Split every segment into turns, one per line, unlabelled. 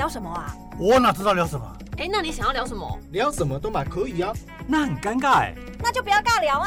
聊什么啊？
我哪知道聊什么？
那你想要聊什么？
聊什么都嘛可以啊。
那很尴尬哎。
那就不要尬聊啊！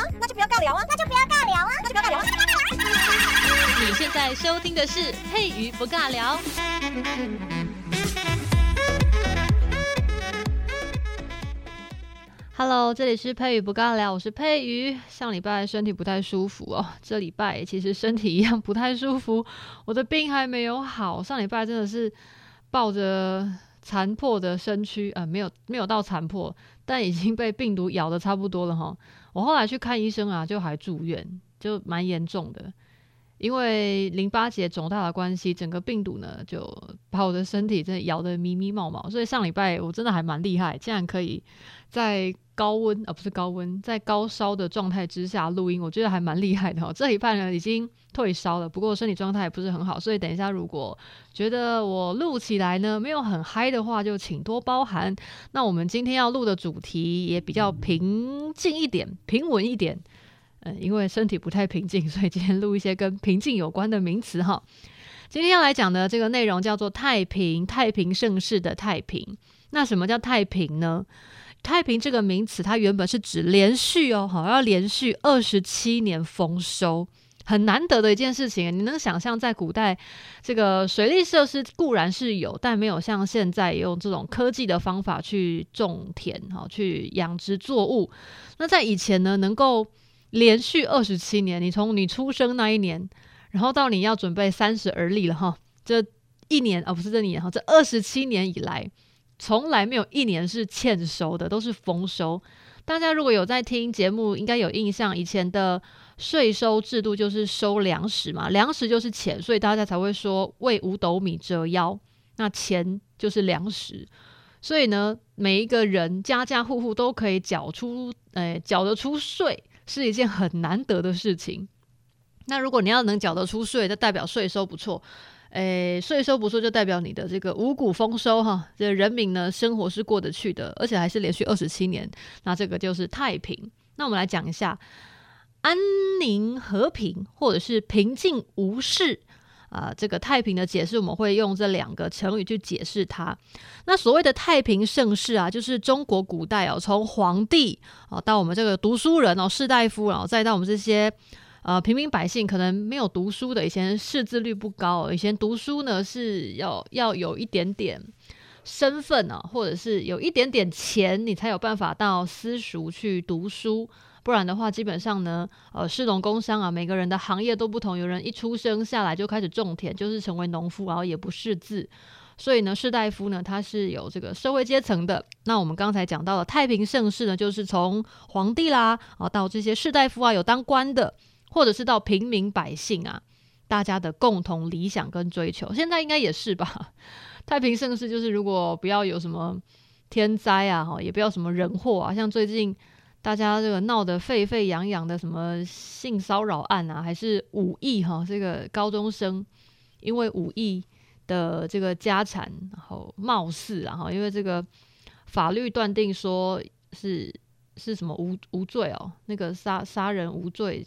你现在收听的是佩瑜不尬聊。Hello， 这里是佩瑜不尬聊，我是佩瑜。上礼拜身体不太舒服哦，这礼拜其实身体一样不太舒服，我的病还没有好。上礼拜真的是抱着残破的身躯，没有到残破，但已经被病毒咬得差不多了哈。我后来去看医生啊，就还住院，就蛮严重的。因为淋巴结肿大的关系，整个病毒呢就把我的身体真的咬得密密毛毛，所以上礼拜我真的还蛮厉害，竟然可以在在高烧的状态之下录音，我觉得还蛮厉害的哦。这礼拜呢已经退烧了，不过身体状态也不是很好，所以等一下如果觉得我录起来呢没有很嗨的话，就请多包涵。那我们今天要录的主题也比较平静一点，平稳一点。因为身体不太平静，所以今天录一些跟平静有关的名词哈。今天要来讲的这个内容叫做太平，太平盛世的太平。那什么叫太平呢？太平这个名词它原本是指连续要连续27年丰收，很难得的一件事情。你能想象在古代这个水利设施固然是有，但没有像现在用这种科技的方法去种田去养殖作物。那在以前呢，能够连续27年，你从你出生那一年，然后到你要准备30而立了哈，这一年不是这一年哈，这27年以来，从来没有一年是欠收的，都是丰收。大家如果有在听节目，应该有印象，以前的税收制度就是收粮食嘛，粮食就是钱，所以大家才会说为5斗米折腰，那钱就是粮食。所以呢，每一个人家家户户都可以缴得出税，是一件很难得的事情。那如果你要能缴得出税，就代表税收不错。税收不错就代表你的这个五谷丰收哈，这人民呢生活是过得去的，而且还是连续27年。那这个就是太平。那我们来讲一下安宁和平，或者是平静无事。这个太平的解释，我们会用这2个成语去解释它。那所谓的太平盛世啊，就是中国古代从皇帝到我们这个读书人士大夫，然后再到我们这些平民百姓，可能没有读书的，以前识字率不高，以前读书呢是要有一点点身份或者是有一点点钱，你才有办法到私塾去读书。不然的话，基本上呢，士农工商每个人的行业都不同。有人一出生下来就开始种田，就是成为农夫，然后也不识字。所以呢，士大夫呢，他是有这个社会阶层的。那我们刚才讲到了太平盛世呢，就是从皇帝啦到这些士大夫有当官的，或者是到平民百姓大家的共同理想跟追求。现在应该也是吧。太平盛世就是如果不要有什么天灾也不要什么人祸像最近大家这个闹得沸沸扬扬的什么性骚扰案还是5亿这个高中生因为5亿的这个家产，然后貌似因为这个法律断定说是什么无罪那个杀人无罪，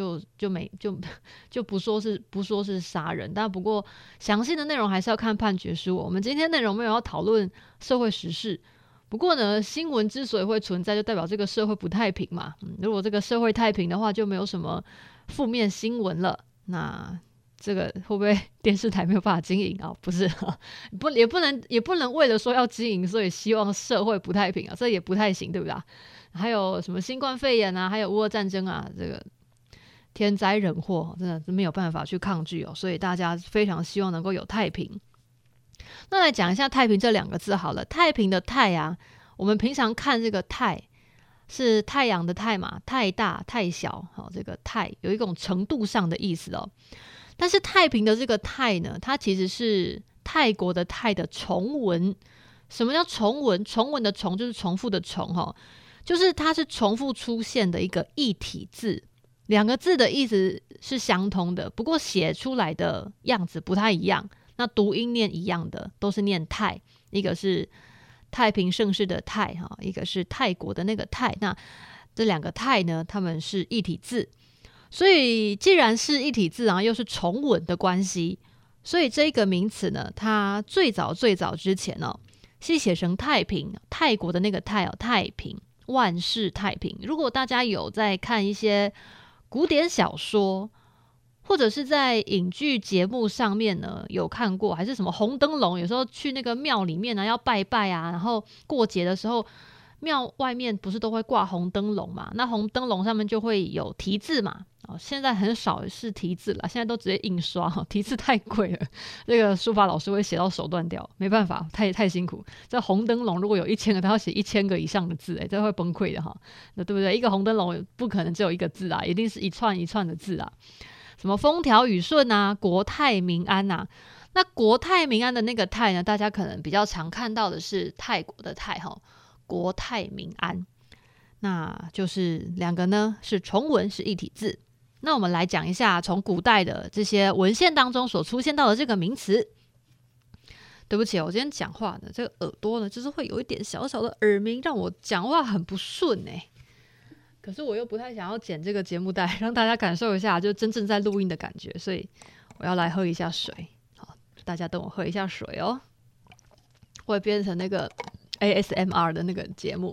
就不说是杀人，但不过详细的内容还是要看判决书。我们今天内容没有要讨论社会时事。不过呢，新闻之所以会存在，就代表这个社会不太平嘛。如果这个社会太平的话，就没有什么负面新闻了。那这个会不会电视台没有办法经营不是也不能为了说要经营，所以希望社会不太平这也不太行，对不对？还有什么新冠肺炎还有乌俄战争这个天灾人祸，真的是没有办法去抗拒所以大家非常希望能够有太平。那来讲一下太平这2个字好了。太平的太我们平常看这个太是太阳的太嘛，太大太小这个太有一种程度上的意思但是太平的这个太呢，它其实是泰国的泰的重文。什么叫重文？重文的重就是重复的重就是它是重复出现的一个异体字，2个字的意思是相通的，不过写出来的样子不太一样。那读音念一样的，都是念泰，一个是太平盛世的泰一个是泰国的那个泰。那这2个泰呢，它们是异体字，所以既然是异体字又是重文的关系， 所以这个名词呢，它最早之前是写成太平，泰国的那个泰太平，万事太平。如果大家有在看一些古典小说，或者是在影剧节目上面呢有看过，还是什么红灯笼，有时候去那个庙里面呢要拜拜啊，然后过节的时候庙外面不是都会挂红灯笼嘛？那红灯笼上面就会有题字嘛。现在很少是题字了，现在都直接印刷，题字太贵了，这个书法老师会写到手断掉，没办法，太辛苦。这红灯笼如果有1000个，他要写1000个以上的字，这会崩溃的哈。那对不对？一个红灯笼不可能只有一个字啊，一定是一串一串的字啊。什么风调雨顺啊，国泰民安啊。那国泰民安的那个泰呢，大家可能比较常看到的是泰国的泰哈，国泰民安。那就是两个呢是重文，是一体字。那我们来讲一下从古代的这些文献当中所出现到的这个名词。对不起，我今天讲话的这个耳朵呢，就是会有一点小小的耳鸣，让我讲话很不顺可是我又不太想要剪这个节目带，让大家感受一下就真正在录音的感觉，所以我要来喝一下水。好，大家等我喝一下水哦，会变成那个 ASMR 的那个节目。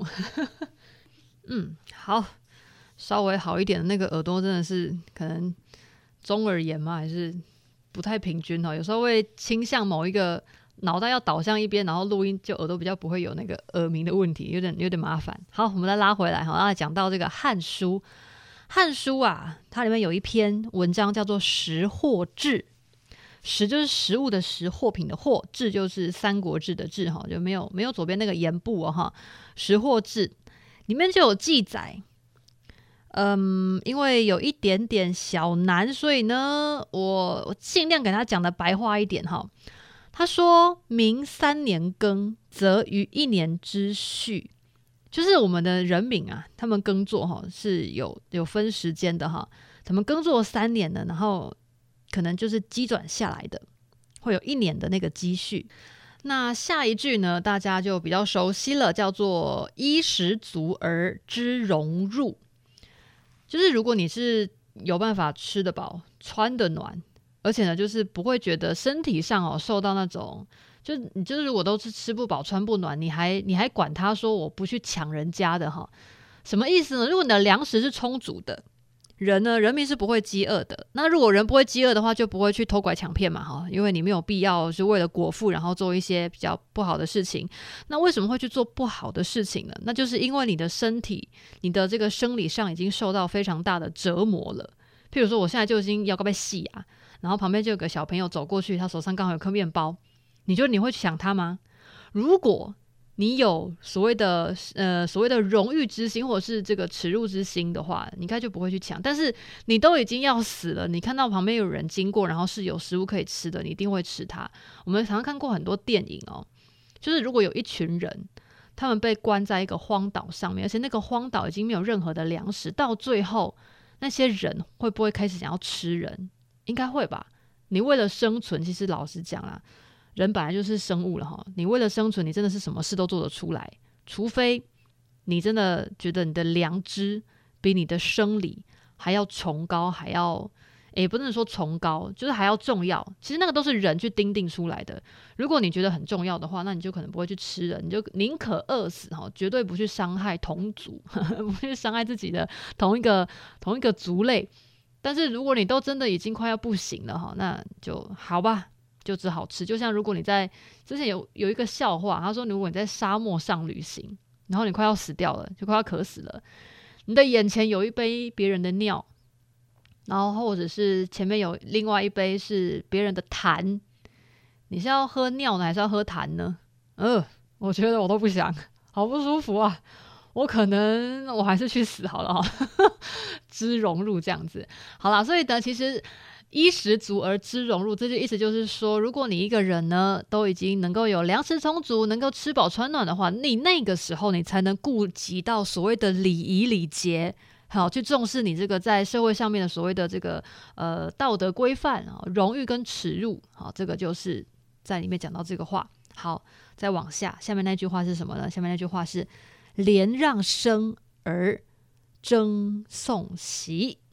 好，稍微好一点的那个耳朵真的是可能中耳炎吗？还是不太平均有时候会倾向某一个脑袋要倒向一边，然后录音就耳朵比较不会有那个耳鸣的问题，有点麻烦。好，我们再拉回来要讲到这个《汉书》。《汉书》啊，它里面有一篇文章叫做《食货志》。食就是食物的食，货品的货，志就是三国志的志就没有左边那个言部食货志里面就有记载。因为有一点点小难，所以呢，我尽量给他讲的白话一点他说：“民3年耕，则于1年之序。”就是我们的人民啊，他们耕作是有分时间的他们耕作3年的，然后可能就是积转下来的，会有1年的那个积蓄。那下一句呢，大家就比较熟悉了，叫做“衣食足而知荣辱”。就是如果你是有办法吃得饱、穿得暖，而且呢，就是不会觉得身体上受到那种，你就是如果都是吃不饱、穿不暖，你还管他说我不去抢人家的什么意思呢？如果你的粮食是充足的，人民是不会饥饿的。那如果人不会饥饿的话，就不会去偷拐抢骗嘛因为你没有必要是为了果腹然后做一些比较不好的事情。那为什么会去做不好的事情呢？那就是因为你的身体，你的这个生理上已经受到非常大的折磨了。譬如说我现在就已经要被洗啊，然后旁边就有个小朋友走过去，他手上刚好有颗面包，你觉得你会抢他吗？如果你有所谓的荣誉之心，或者是这个耻辱之心的话，你应该就不会去抢。但是你都已经要死了，你看到旁边有人经过，然后是有食物可以吃的，你一定会吃它。我们常常看过很多电影就是如果有一群人，他们被关在一个荒岛上面，而且那个荒岛已经没有任何的粮食，到最后那些人会不会开始想要吃人？应该会吧。你为了生存，其实老实讲啦，人本来就是生物了你为了生存，你真的是什么事都做得出来，除非你真的觉得你的良知比你的生理还要崇高，还要也不能说崇高，就是还要重要。其实那个都是人去定定出来的。如果你觉得很重要的话，那你就可能不会去吃人，你就宁可饿死绝对不去伤害同族不去伤害自己的同一个族类。但是如果你都真的已经快要不行了那就好吧，就只好吃。就像如果你在之前有一个笑话，他说如果你在沙漠上旅行，然后你快要死掉了，就快要渴死了，你的眼前有一杯别人的尿，然后或者是前面有另外一杯是别人的痰，你是要喝尿呢还是要喝痰呢？我觉得我都不想，好不舒服啊，我可能我还是去死好了知荣辱这样子。好啦，所以呢，其实衣食足而知荣辱，这就意思就是说，如果你一个人呢都已经能够有粮食充足，能够吃饱穿暖的话，你那个时候你才能顾及到所谓的礼仪礼节，好去重视你这个在社会上面的所谓的这个道德规范荣誉跟耻辱。好，这个就是在里面讲到这个话。好，再往下面那句话是什么呢？下面那句话是连让生而争讼习。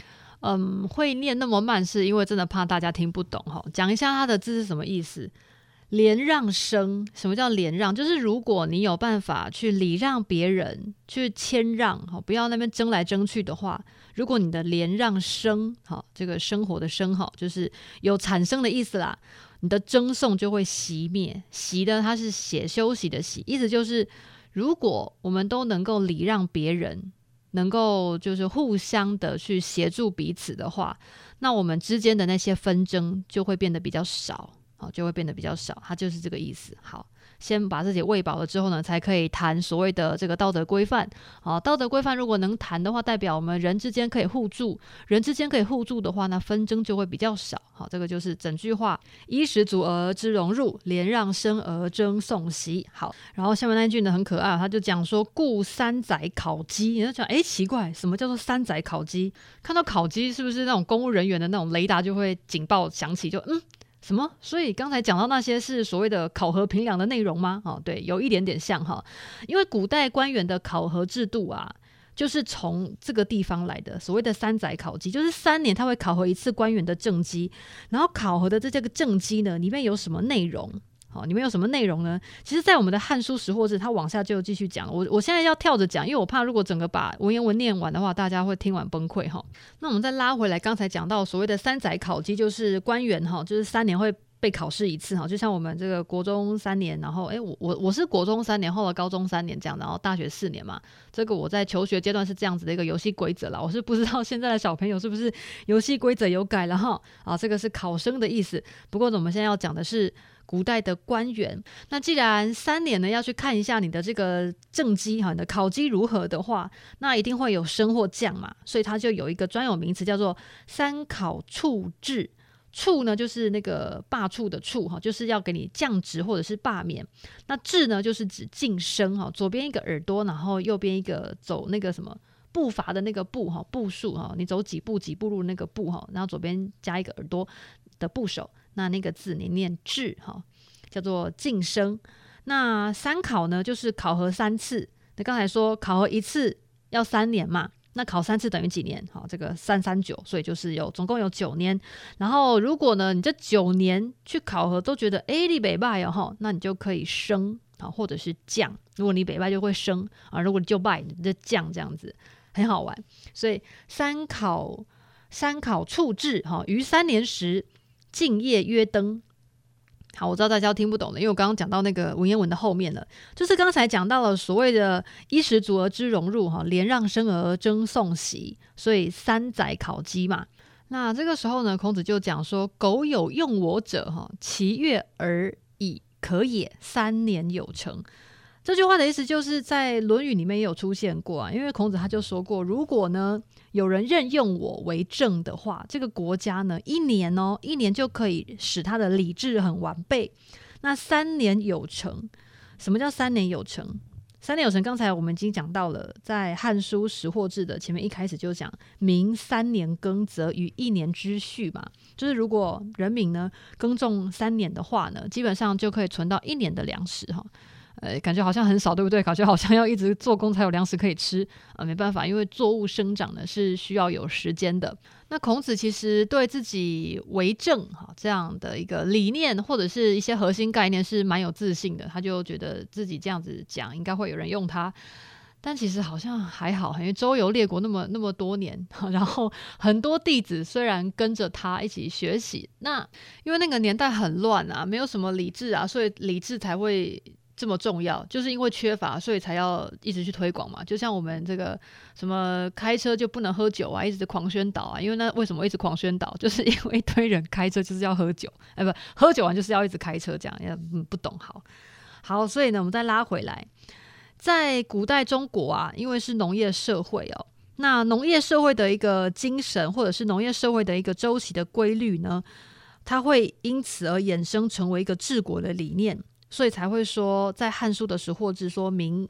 会念那么慢，是因为真的怕大家听不懂哈。讲一下它的字是什么意思。连让生，什么叫连让？就是如果你有办法去礼让别人，去谦让，不要那边争来争去的话，如果你的连让生，这个生活的生，就是有产生的意思啦，你的争讼就会熄灭。熄的它是写休息的息，意思就是如果我们都能够礼让别人，能够就是互相的去协助彼此的话，那我们之间的那些纷争就会变得比较少，就会变得比较少，它就是这个意思。好，先把自己喂饱了之后呢，才可以谈所谓的这个道德规范。道德规范如果能谈的话，代表我们人之间可以互助，人之间可以互助的话，那纷争就会比较少。好，这个就是整句话：衣食足而知荣辱，连让生而争讼息。好，然后下面那一句呢很可爱，他就讲说故三载考绩。你就讲奇怪，什么叫做三载考绩？看到考绩是不是那种公务人员的那种雷达就会警报响起，就什么？所以刚才讲到那些是所谓的考核评量的内容吗？对，有一点点像哈，因为古代官员的考核制度啊，就是从这个地方来的。所谓的三载考绩，就是3年他会考核一次官员的政绩，然后考核的这个政绩呢，里面有什么内容？里面有什么内容呢？其实在我们的《汉书·识货志》它往下就继续讲，我现在要跳着讲，因为我怕如果整个把文言文念完的话，大家会听完崩溃。那我们再拉回来，刚才讲到所谓的三载考绩，就是官员就是3年会被考试一次，就像我们这个国中3年，然后我是国中3年，后来高中3年这样，然后大学4年嘛。这个我在求学阶段是这样子的一个游戏规则啦，我是不知道现在的小朋友是不是游戏规则有改了哈。这个是考生的意思。不过我们现在要讲的是古代的官员。那既然3年呢要去看一下你的这个政绩，你的考绩如何的话，那一定会有升或降嘛，所以它就有一个专有名词叫做三考处置。处呢就是那个罢黜的处，就是要给你降职或者是罢免。那治呢就是指晋升，左边一个耳朵，然后右边一个走那个什么步伐的那个步，步数，你走几步几步路那个步，然后左边加一个耳朵的部首，那个字你念治，叫做晋升。那三考呢就是考核3次，那刚才说考核1次要3年嘛，那考3次等于几年？这个339，所以就是总共有9年。然后如果呢你这9年去考核都觉得你不错那你就可以升或者是降。如果你不错就会升如果你就败你就降，这样子很好玩。所以三考处置于3年时，敬业约登。好，我知道大家听不懂的，因为我刚刚讲到那个文言文的后面了，就是刚才讲到了所谓的衣食足而知荣辱，连让生而争讼息，所以三载考绩嘛。那这个时候呢，孔子就讲说：苟有用我者，其悦而已可也，3年有成。这句话的意思就是在《论语》里面也有出现过因为孔子他就说过，如果呢有人任用我为政的话，这个国家呢一年就可以使他的礼制很完备。那3年有成，什么叫3年有成？3年有成，刚才我们已经讲到了，在《汉书·识货志》的前面一开始就讲，民3年耕则于1年之序嘛，就是如果人民呢耕种3年的话呢，基本上就可以存到1年的粮食感觉好像很少，对不对？感觉好像要一直做工才有粮食可以吃没办法，因为作物生长呢是需要有时间的。那孔子其实对自己为政这样的一个理念或者是一些核心概念是蛮有自信的，他就觉得自己这样子讲应该会有人用他。但其实好像还好，因为周游列国那么多年，然后很多弟子虽然跟着他一起学习，那因为那个年代很乱没有什么礼制所以礼制才会这么重要，就是因为缺乏，所以才要一直去推广嘛。就像我们这个什么开车就不能喝酒一直狂宣导因为那为什么一直狂宣导？就是因为一堆人开车就是要喝酒，不喝酒完就是要一直开车，这样不懂。好，所以呢，我们再拉回来，在古代中国因为是农业社会那农业社会的一个精神，或者是农业社会的一个周期的规律呢，它会因此而衍生成为一个治国的理念。所以才会说在《汉书》的识货志说民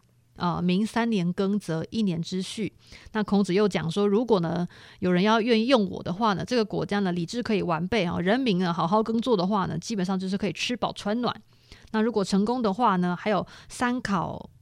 3年耕则1年之序。那孔子又讲说，如果呢有人要愿意用我的话呢，这个国家呢礼制可以完备人民呢好好耕作的话呢，基本上就是可以吃饱穿暖。那如果成功的话呢，还有三考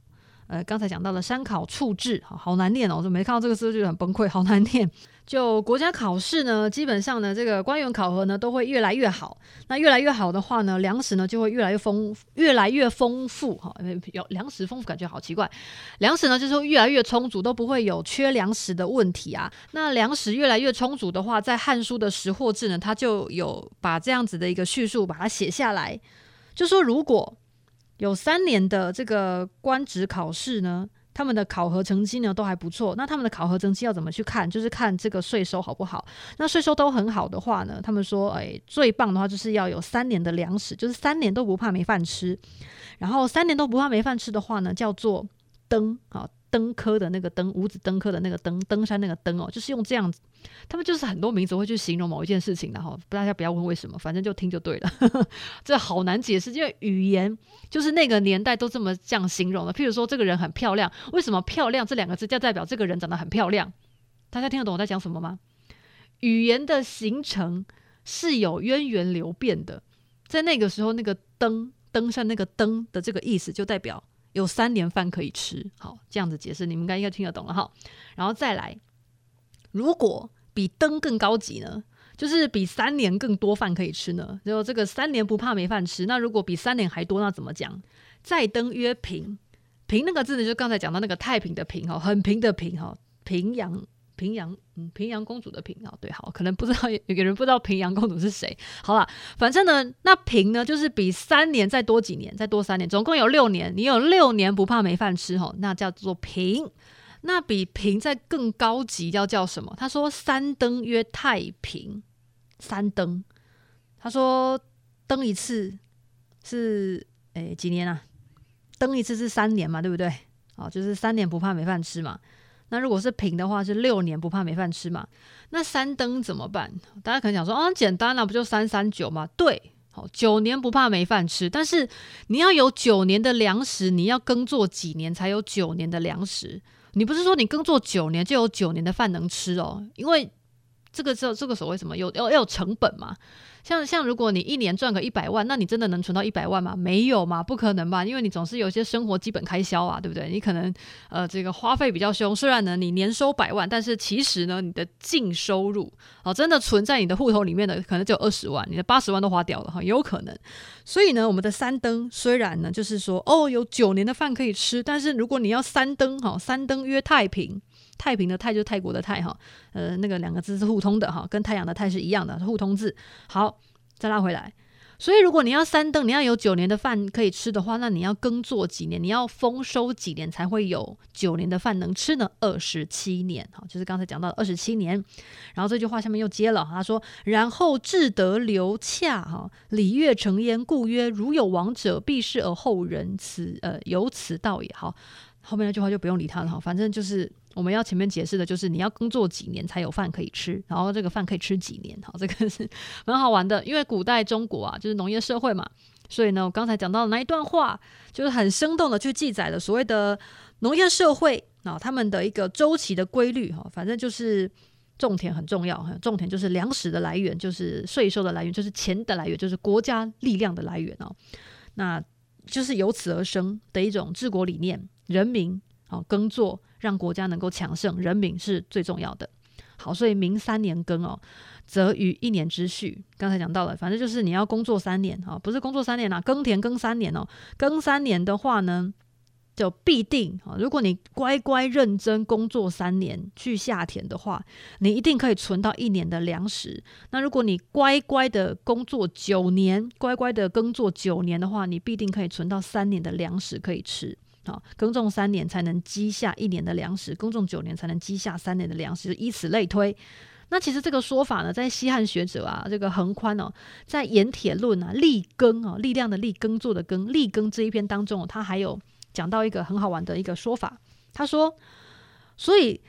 刚才讲到的山考处置，好难念哦，我没看到这个字就觉得很崩溃，好难念。就国家考试呢，基本上呢，这个官员考核呢都会越来越好。那越来越好的话呢，粮食呢就会越来越丰富。有粮食丰富感觉好奇怪，粮食呢就是会越来越充足，都不会有缺粮食的问题啊。那粮食越来越充足的话，在《汉书》的识货志呢，它就有把这样子的一个叙述把它写下来，就说如果有3年的这个官职考试呢，他们的考核成绩呢都还不错。那他们的考核成绩要怎么去看？就是看这个税收好不好。那税收都很好的话呢，他们说，最棒的话就是要有3年的粮食，就是3年都不怕没饭吃。然后3年都不怕没饭吃的话呢，叫做登啊，登科的那个登，五子登科的那个登，登山那个登哦，就是用这样子。他们就是很多名字会去形容某一件事情，然后大家不要问为什么，反正就听就对了。这好难解释，因为语言就是那个年代都这么这样形容的。譬如说这个人很漂亮，为什么漂亮这2个字就代表这个人长得很漂亮？大家听得懂我在讲什么吗？语言的形成是有源远流变的，在那个时候那个登山那个登的这个意思就代表有3年饭可以吃。好，这样子解释你们应该听得懂了哈。然后再来，如果比登更高级呢，就是比3年更多饭可以吃呢，就这个3年不怕没饭吃。那如果比3年还多，那怎么讲？再登曰平，平那个字呢，就刚才讲到那个太平的平，很平的平，平阳公主的平，对，好，可能不知道有个人不知道平阳公主是谁。好啦，反正呢，那平呢就是比3年再多几年，再多3年，总共有6年，你有6年不怕没饭吃，那叫做平。那比平再更高级要叫什么？他说3登曰太平。3登，他说登一次是几年啊？登一次是3年嘛，对不对？就是3年不怕没饭吃嘛。那如果是平的话是6年不怕没饭吃嘛。那3登怎么办？大家可能想说简单啊，不就339吗？对，9年不怕没饭吃，但是你要有9年的粮食，你要耕作几年才有9年的粮食？你不是说你耕作9年就有9年的饭能吃哦？因为这个所谓什么要有成本嘛。像如果你1年赚个100万，那你真的能存到100万吗？没有嘛，不可能吧？因为你总是有一些生活基本开销啊，对不对？你可能这个花费比较凶，虽然呢你年收100万，但是其实呢你的净收入真的存在你的户头里面的可能只有20万，你的80万都花掉了有可能。所以呢，我们的3登虽然呢就是说有9年的饭可以吃，但是如果你要3登3登曰太平。太平的太就是泰国的泰那个2个字是互通的跟太阳的太是一样的，是互通字。好，再拉回来。所以如果你要3登，你要有9年的饭可以吃的话，那你要耕作几年？你要丰收几年才会有9年的饭能吃呢？27年，就是刚才讲到的27年。然后这句话下面又接了，他说：“然后至得流洽，礼乐成焉，故曰：如有亡者，必是而后人。由此道也。”好，后面那句话就不用理他了，反正就是我们要前面解释的就是你要工作几年才有饭可以吃，然后这个饭可以吃几年。好，这个是蛮好玩的，因为古代中国就是农业社会嘛，所以呢我刚才讲到的那一段话就是很生动的去记载了所谓的农业社会他们的一个周期的规律。反正就是种田很重要，种田就是粮食的来源，就是税收的来源，就是钱的来源，就是国家力量的来源那就是由此而生的一种治国理念，人民耕作让国家能够强盛，人民是最重要的。好，所以民3年耕则于1年之序。刚才讲到了，反正就是你要工作3年不是工作3年耕田耕3年耕3年的话呢，就必定如果你乖乖认真工作3年去下田的话，你一定可以存到1年的粮食。那如果你乖乖的工作9年，乖乖的耕作9年的话，你必定可以存到3年的粮食可以吃。耕种3年才能积下1年的粮食，耕种9年才能积下3年的粮食，以此类推。那其实这个说法呢，在西汉学者这个横宽在《盐铁论》力耕力量的力，耕作的耕，力耕这一篇当中他还有讲到一个很好玩的一个说法。他说，所以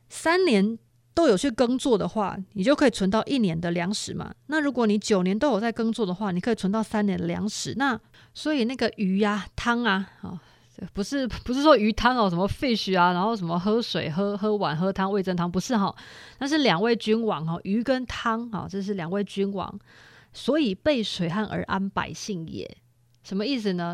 3年都有去耕作的话，你就可以存到1年的粮食嘛。那如果你9年都有在耕作的话，你可以存到3年的粮食。那所以那个鱼汤不是说鱼汤什么 fish 然后什么喝水喝碗喝汤味噌汤，不是那是2位君王鱼跟汤这是2位君王，所以备水旱而安百姓也。什么意思呢？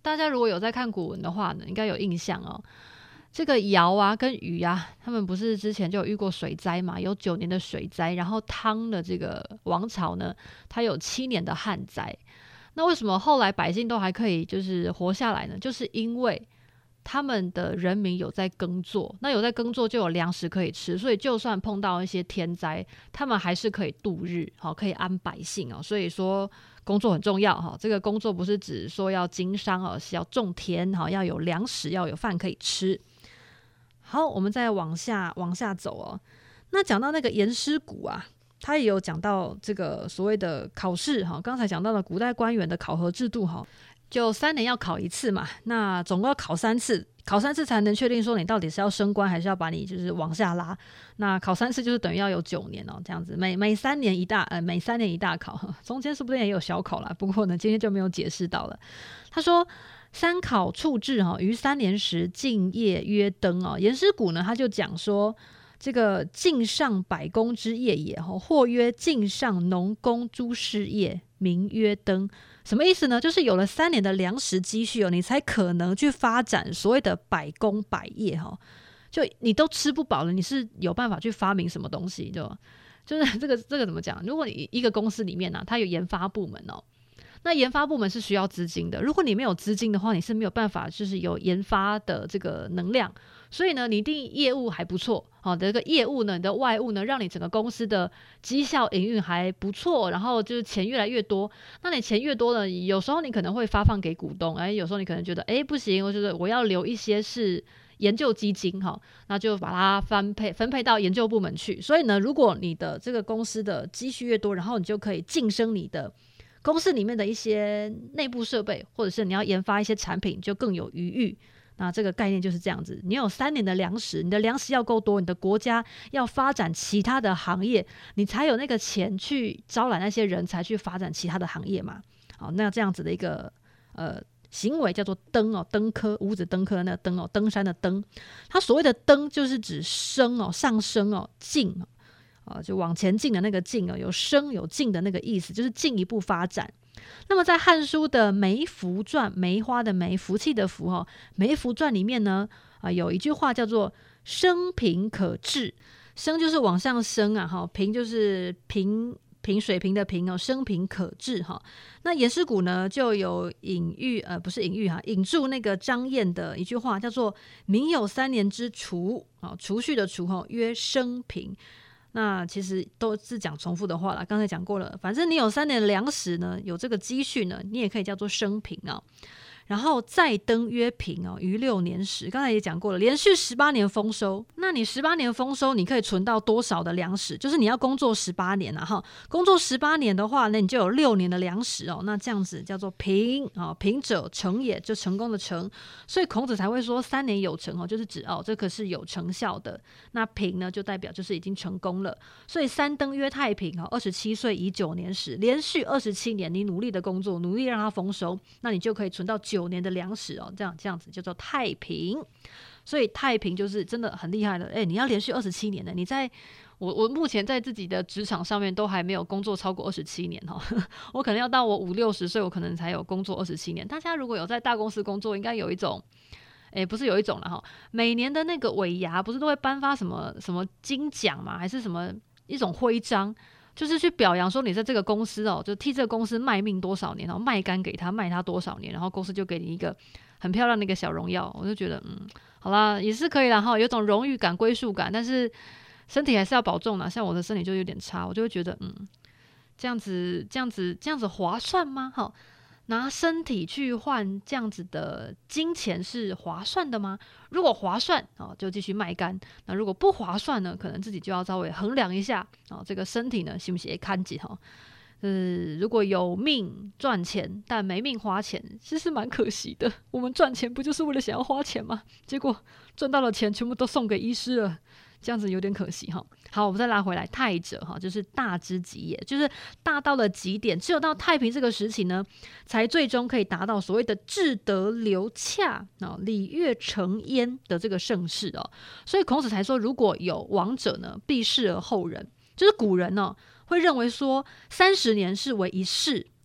大家如果有在看古文的话呢，应该有印象哦。这个尧啊跟禹啊，他们不是之前就有遇过水灾嘛，有9年的水灾，然后汤的这个王朝呢，它有7年的旱灾。那为什么后来百姓都还可以就是活下来呢？就是因为他们的人民有在耕作，那有在耕作就有粮食可以吃，所以就算碰到一些天灾，他们还是可以度日，可以安百姓哦。所以说工作很重要哈，这个工作不是指说要经商哦，是要种田哈，要有粮食，要有饭可以吃。好，我们再往下走哦。那讲到那个颜师古啊，他也有讲到这个所谓的考试哈，刚才讲到了古代官员的考核制度哈，就3年要考1次嘛，那总共要考3次，考3次才能确定说你到底是要升官还是要把你就是往下拉。那考3次就是等于要有9年哦，这样子每3年一大考，中间是不是也有小考啦？不过呢，今天就没有解释到了。他说3考处置于3年时，敬业曰登哦。颜师古呢，他就讲说，这个敬上百工之业也，或曰敬上农工诸事业，名曰登。什么意思呢？就是有了3年的粮食积蓄你才可能去发展所谓的百工百业就你都吃不饱了，你是有办法去发明什么东西？就是这个怎么讲？如果你一个公司里面它有研发部门那研发部门是需要资金的，如果你没有资金的话，你是没有办法就是有研发的这个能量。所以呢，你一定业务还不错这个业务呢，你的外务呢，让你整个公司的绩效营运还不错，然后就是钱越来越多。那你钱越多呢，有时候你可能会发放给股东，有时候你可能觉得不行，我觉得我要留一些是研究基金那就把它分配到研究部门去。所以呢，如果你的这个公司的积蓄越多，然后你就可以晋升你的公司里面的一些内部设备，或者是你要研发一些产品，就更有余裕。那这个概念就是这样子，你有3年的粮食，你的粮食要够多，你的国家要发展其他的行业，你才有那个钱去招揽那些人才去发展其他的行业嘛。好，那这样子的一个行为叫做登登科，五子登科那个登登山的登。它所谓的登就是指升上升进就往前进的那个进有升有进的那个意思，就是进一步发展。那么在《汉书》的《梅福传》，梅花的梅，福气的福《梅福传》里面呢有一句话叫做升平可治。升就是往上升平就是平水平的平升平可治那颜师古呢就有引注那个张燕的一句话，叫做民有3年之储储蓄的储曰升平。那其实都是讲重复的话啦，刚才讲过了，反正你有3年的粮食呢，有这个积蓄呢，你也可以叫做升平然后再登曰平于6年时，刚才也讲过了，连续18年丰收。那你18年丰收，你可以存到多少的粮食？就是你要工作18年工作18年的话，那你就有6年的粮食那这样子叫做平平者成也，就成功的成。所以孔子才会说3年有成就是指这个是有成效的。那平呢，就代表就是已经成功了。所以3登曰太平27岁以9年时，连续27年你努力的工作，努力让它丰收，那你就可以存到9年的粮食这样子叫做太平。所以太平就是真的很厉害的你要连续27年的，你在我目前在自己的职场上面都还没有工作超过27年我可能要到我50-60岁，我可能才有工作27年。大家如果有在大公司工作，应该有一种不是有一种啦每年的那个尾牙不是都会颁发什么什么金奖嘛，还是什么一种徽章，就是去表扬说你在这个公司就替这个公司卖命多少年，然后卖肝给他，卖他多少年，然后公司就给你一个很漂亮的一个小荣耀。我就觉得好啦，也是可以啦有种荣誉感归属感，但是身体还是要保重啦。像我的身体就有点差，我就会觉得这样子划算吗拿身体去换这样子的金钱是划算的吗？如果划算就继续卖干，那如果不划算呢，可能自己就要稍微衡量一下这个身体呢，是不是也看紧如果有命赚钱但没命花钱，其实蛮可惜的。我们赚钱不就是为了想要花钱吗？结果赚到了钱全部都送给医师了，这样子有点可惜好，我们再拉回来，太者就是大之极也，就是大到了极点，只有到太平这个时期呢，才最终可以达到所谓的至德流洽礼乐成焉的这个盛世所以孔子才说，如果有亡者呢，必视而后人。就是古人会认为说30年是为一世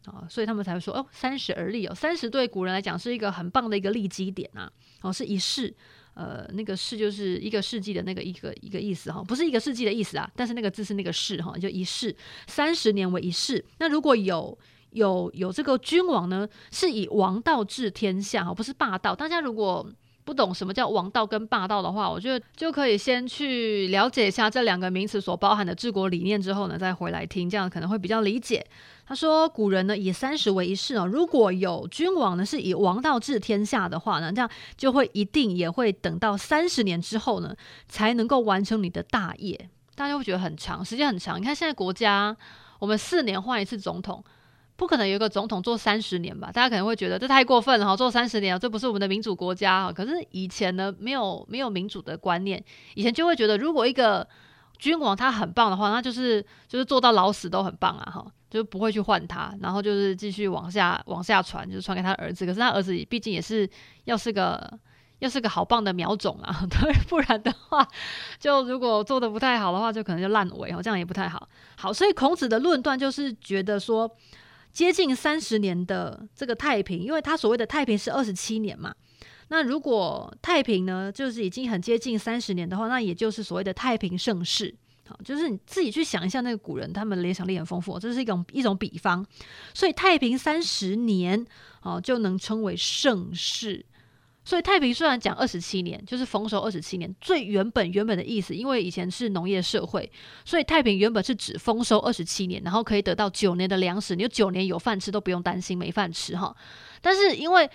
所以他们才会说30而立30对古人来讲是一个很棒的一个立基点啊，是一世，那个世就是一个世纪的那个一个意思不是一个世纪的意思啊，但是那个字是那个世就一世，30年为一世。那如果有这个君王呢，是以王道治天下不是霸道。大家如果不懂什么叫王道跟霸道的话，我觉得就可以先去了解一下这两个名词所包含的治国理念之后呢，再回来听，这样可能会比较理解。他说古人呢以30为一世如果有君王呢是以王道治天下的话呢，这样就会一定也会等到30年之后呢才能够完成你的大业。大家会觉得很长，时间很长。你看现在国家我们4年换一次总统，不可能有一个总统做30年吧？大家可能会觉得这太过分了做30年这不是我们的民主国家可是以前呢没有民主的观念，以前就会觉得如果一个君王他很棒的话，那就是做到老死都很棒就不会去换他，然后就是继续往下传，就是传给他的儿子。可是他儿子毕竟也是要是个好棒的苗种对，不然的话，就如果做的不太好的话，就可能就烂尾这样也不太好。好，所以孔子的论断就是觉得说，接近30年的这个太平，因为他所谓的太平是27年嘛。那如果太平呢，就是已经很接近30年的话，那也就是所谓的太平盛世。就是你自己去想一下，那个古人他们联想力很丰富这是一种比方。所以太平30年就能称为盛世。所以太平虽然讲27年，就是丰收27年，最原本的意思，因为以前是农业社会，所以太平原本是指丰收27年，然后可以得到9年的粮食，你有9年有饭吃，都不用担心没饭吃但是因为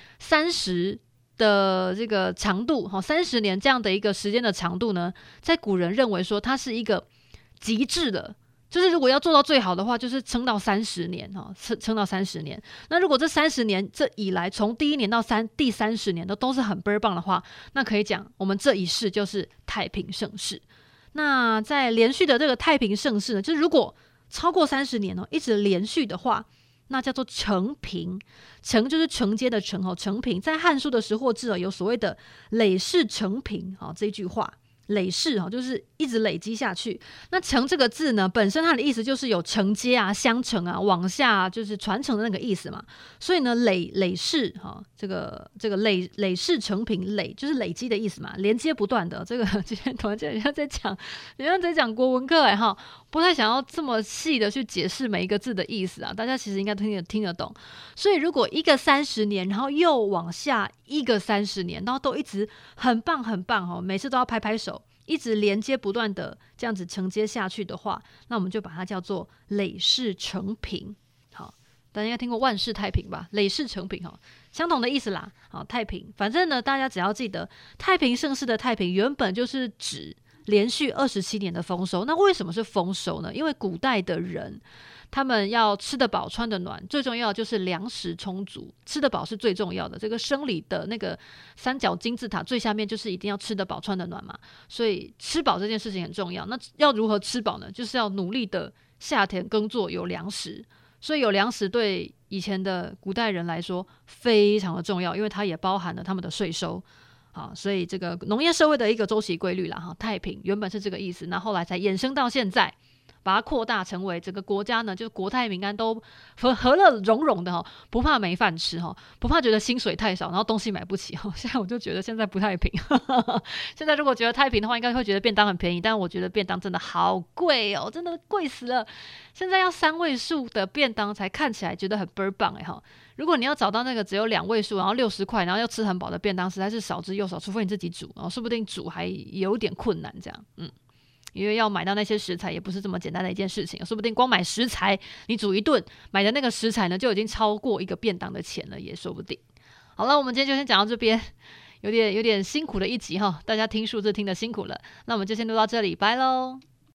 30的这个长度30年这样的一个时间的长度呢，在古人认为说它是一个极致的，就是如果要做到最好的话，就是撑到30年撑到30年。那如果这30年这以来，从第1年到第30年都是很倍儿棒的话，那可以讲我们这一世就是太平盛世。那在连续的这个太平盛世呢，就是如果超过30年一直连续的话，那叫做承平。承就是承接的承承平。在《汉书》的时货志有所谓的累世承平这一句话。累世就是一直累积下去。那承这个字呢，本身它的意思就是有承接相承往下就是传承的那个意思嘛。所以呢，累世这个累世承平，累就是累积的意思嘛，连接不断的。这个今天突然间人家在讲国文课不太想要这么细的去解释每一个字的意思大家其实应该听得懂。所以如果一个30年，然后又往下一个30年，然后都一直很棒很棒每次都要拍拍手，一直连接不断的这样子承接下去的话，那我们就把它叫做累世承平。好，大家应该听过万世太平吧？累世承平相同的意思啦。好，太平，反正呢，大家只要记得太平盛世的太平原本就是指连续27年的丰收。那为什么是丰收呢？因为古代的人他们要吃得饱穿得暖，最重要的就是粮食充足，吃得饱是最重要的。这个生理的那个三角金字塔最下面就是一定要吃得饱穿得暖嘛，所以吃饱这件事情很重要。那要如何吃饱呢？就是要努力的下田耕作，有粮食。所以有粮食对以前的古代人来说非常的重要，因为它也包含了他们的税收。好，所以这个农业社会的一个周期规律啦太平原本是这个意思，那后来才衍生到现在，把它扩大成为整个国家呢，就国泰民安，都和乐融融的不怕没饭吃不怕觉得薪水太少，然后东西买不起现在我就觉得现在不太平现在如果觉得太平的话，应该会觉得便当很便宜，但我觉得便当真的好贵真的贵死了。现在要3位数的便当才看起来觉得很倍儿棒如果你要找到那个只有2位数，然后60块，然后又吃很饱的便当，实在是少之又少，除非你自己煮说不定煮还有点困难这样因为要买到那些食材也不是这么简单的一件事情，说不定光买食材你煮一顿买的那个食材呢就已经超过一个便当的钱了，也说不定。好了，我们今天就先讲到这边，有点辛苦的一集大家听数字听得辛苦了，那我们就先录到这里，拜咯。